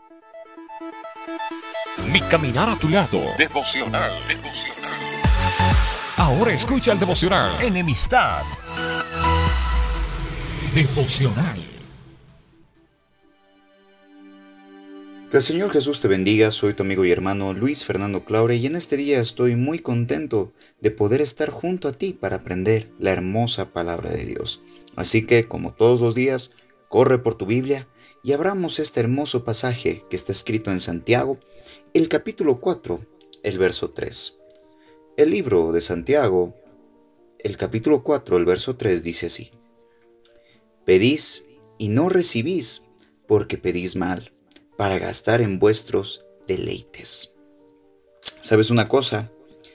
Mi caminar a tu lado. Devocional. Ahora escucha el devocional. Enemistad. Devocional. Que el Señor Jesús te bendiga. Soy tu amigo y hermano Luis Fernando Claure y en este día estoy muy contento de poder estar junto a ti para aprender la hermosa palabra de Dios. Así que, como todos los días, corre por tu Biblia y abramos este hermoso pasaje que está escrito en Santiago, el capítulo 4, el verso 3. El libro de Santiago, el capítulo 4, el verso 3 dice así: Pedís y no recibís, porque pedís mal, para gastar en vuestros deleites. ¿Sabes una cosa?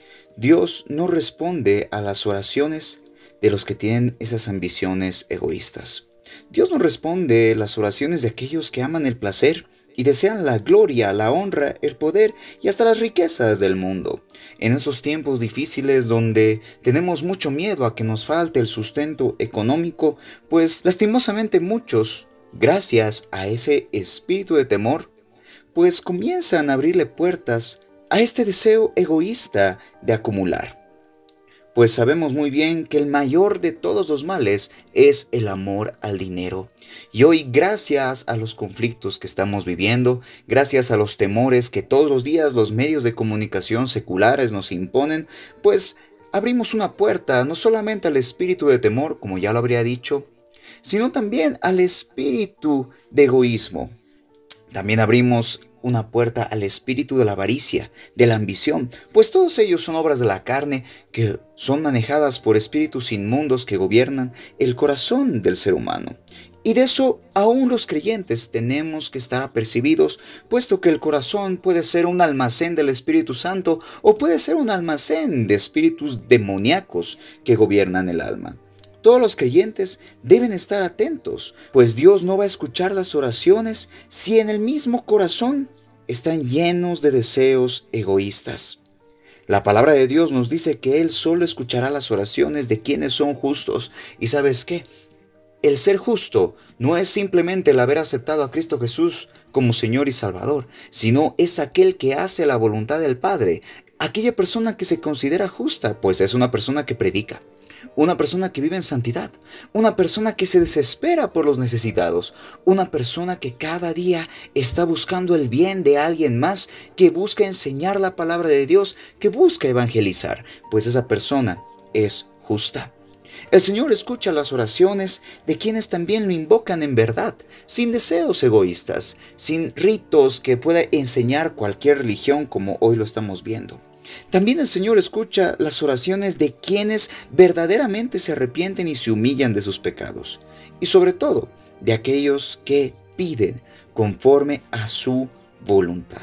Dios no responde a las oraciones de los que tienen esas ambiciones egoístas. Dios no responde las oraciones de aquellos que aman el placer y desean la gloria, la honra, el poder y hasta las riquezas del mundo. En esos tiempos difíciles donde tenemos mucho miedo a que nos falte el sustento económico, pues lastimosamente muchos, gracias a ese espíritu de temor, pues comienzan a abrirle puertas a este deseo egoísta de acumular. Pues sabemos muy bien que el mayor de todos los males es el amor al dinero. Y hoy, gracias a los conflictos que estamos viviendo, gracias a los temores que todos los días los medios de comunicación seculares nos imponen, pues abrimos una puerta no solamente al espíritu de temor, como ya lo habría dicho, sino también al espíritu de egoísmo. También abrimos una puerta al espíritu de la avaricia, de la ambición, pues todos ellos son obras de la carne que son manejadas por espíritus inmundos que gobiernan el corazón del ser humano. Y de eso aún los creyentes tenemos que estar apercibidos, puesto que el corazón puede ser un almacén del Espíritu Santo o puede ser un almacén de espíritus demoníacos que gobiernan el alma. Todos los creyentes deben estar atentos, pues Dios no va a escuchar las oraciones si en el mismo corazón están llenos de deseos egoístas. La palabra de Dios nos dice que Él solo escuchará las oraciones de quienes son justos. ¿Y sabes qué? El ser justo no es simplemente el haber aceptado a Cristo Jesús como Señor y Salvador, sino es aquel que hace la voluntad del Padre. Aquella persona que se considera justa, pues es una persona que predica. Una persona que vive en santidad, una persona que se desespera por los necesitados, una persona que cada día está buscando el bien de alguien más, que busca enseñar la palabra de Dios, que busca evangelizar, pues esa persona es justa. El Señor escucha las oraciones de quienes también lo invocan en verdad, sin deseos egoístas, sin ritos que pueda enseñar cualquier religión como hoy lo estamos viendo. También el Señor escucha las oraciones de quienes verdaderamente se arrepienten y se humillan de sus pecados. Y sobre todo, de aquellos que piden conforme a su voluntad.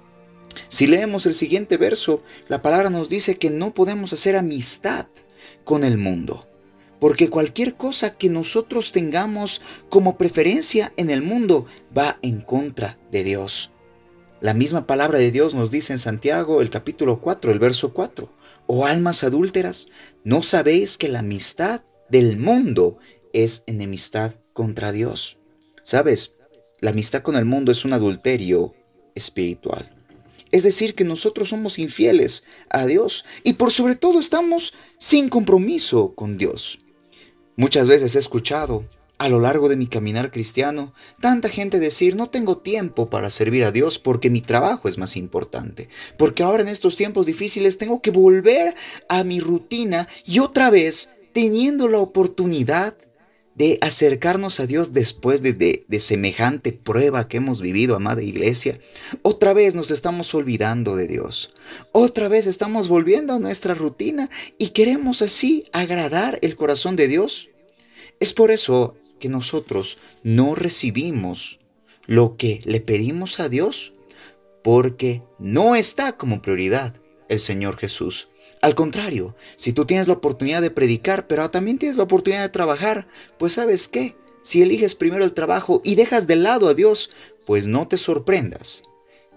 Si leemos el siguiente verso, la palabra nos dice que no podemos hacer amistad con el mundo. Porque cualquier cosa que nosotros tengamos como preferencia en el mundo va en contra de Dios. La misma palabra de Dios nos dice en Santiago, el capítulo 4, el verso 4. Oh almas adúlteras, ¿no sabéis que la amistad del mundo es enemistad contra Dios? ¿Sabes? La amistad con el mundo es un adulterio espiritual. Es decir, que nosotros somos infieles a Dios y por sobre todo estamos sin compromiso con Dios. Muchas veces he escuchado a lo largo de mi caminar cristiano, tanta gente decir: no tengo tiempo para servir a Dios porque mi trabajo es más importante, porque ahora en estos tiempos difíciles tengo que volver a mi rutina y otra vez teniendo la oportunidad de acercarnos a Dios después de semejante prueba que hemos vivido, amada iglesia, otra vez nos estamos olvidando de Dios, otra vez estamos volviendo a nuestra rutina y queremos así agradar el corazón de Dios. Es por eso que nosotros no recibimos lo que le pedimos a Dios, porque no está como prioridad el Señor Jesús. Al contrario, si tú tienes la oportunidad de predicar, pero también tienes la oportunidad de trabajar, pues ¿sabes qué? Si eliges primero el trabajo y dejas de lado a Dios, pues no te sorprendas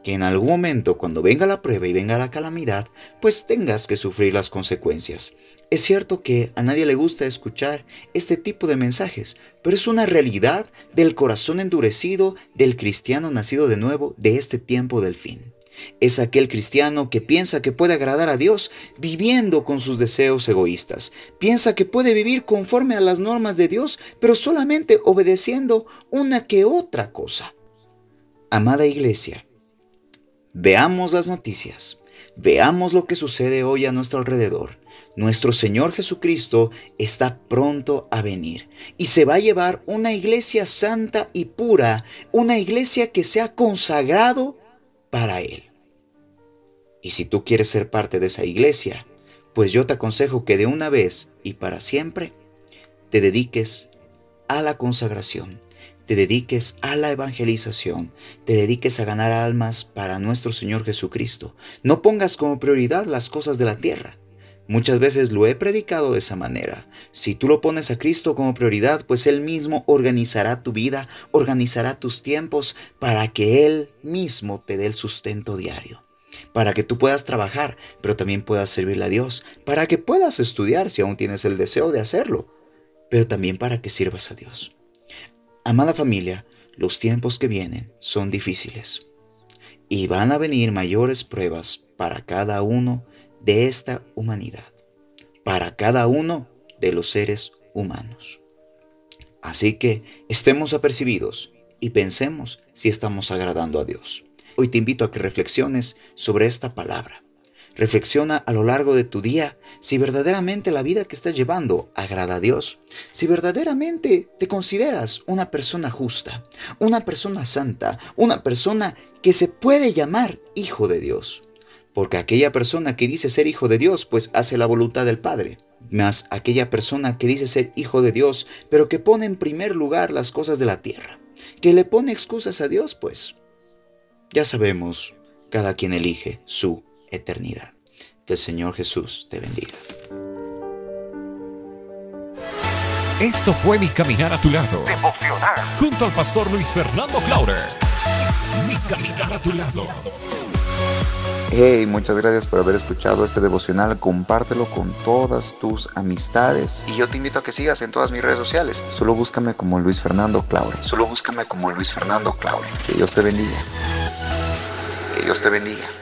que en algún momento, cuando venga la prueba y venga la calamidad, pues tengas que sufrir las consecuencias. Es cierto que a nadie le gusta escuchar este tipo de mensajes, pero es una realidad del corazón endurecido del cristiano nacido de nuevo de este tiempo del fin. Es aquel cristiano que piensa que puede agradar a Dios viviendo con sus deseos egoístas. Piensa que puede vivir conforme a las normas de Dios, pero solamente obedeciendo una que otra cosa. Amada iglesia, veamos las noticias, veamos lo que sucede hoy a nuestro alrededor. Nuestro Señor Jesucristo está pronto a venir y se va a llevar una iglesia santa y pura, una iglesia que se ha consagrado para Él. Y si tú quieres ser parte de esa iglesia, pues yo te aconsejo que de una vez y para siempre te dediques a la consagración, te dediques a la evangelización, te dediques a ganar almas para nuestro Señor Jesucristo. No pongas como prioridad las cosas de la tierra. Muchas veces lo he predicado de esa manera. Si tú lo pones a Cristo como prioridad, pues Él mismo organizará tu vida, organizará tus tiempos para que Él mismo te dé el sustento diario. Para que tú puedas trabajar, pero también puedas servirle a Dios. Para que puedas estudiar si aún tienes el deseo de hacerlo, pero también para que sirvas a Dios. Amada familia, los tiempos que vienen son difíciles y van a venir mayores pruebas para cada uno de esta humanidad, para cada uno de los seres humanos. Así que estemos apercibidos y pensemos si estamos agradando a Dios. Hoy te invito a que reflexiones sobre esta palabra. Reflexiona a lo largo de tu día si verdaderamente la vida que estás llevando agrada a Dios, si verdaderamente te consideras una persona justa, una persona santa, una persona que se puede llamar hijo de Dios. Porque aquella persona que dice ser hijo de Dios, pues hace la voluntad del Padre. Mas aquella persona que dice ser hijo de Dios, pero que pone en primer lugar las cosas de la tierra, que le pone excusas a Dios, pues ya sabemos, cada quien elige su eternidad. Que el Señor Jesús te bendiga. Esto fue Mi Caminar a tu Lado, Devocional. junto al pastor Luis Fernando Claure. Mi Caminar a tu Lado. Hey, muchas gracias por haber escuchado este devocional. Compártelo con todas tus amistades. Y yo te invito a que sigas en todas mis redes sociales. Solo búscame como Luis Fernando Claure. Solo búscame como Luis Fernando Claure. Que Dios te bendiga. Que Dios te bendiga.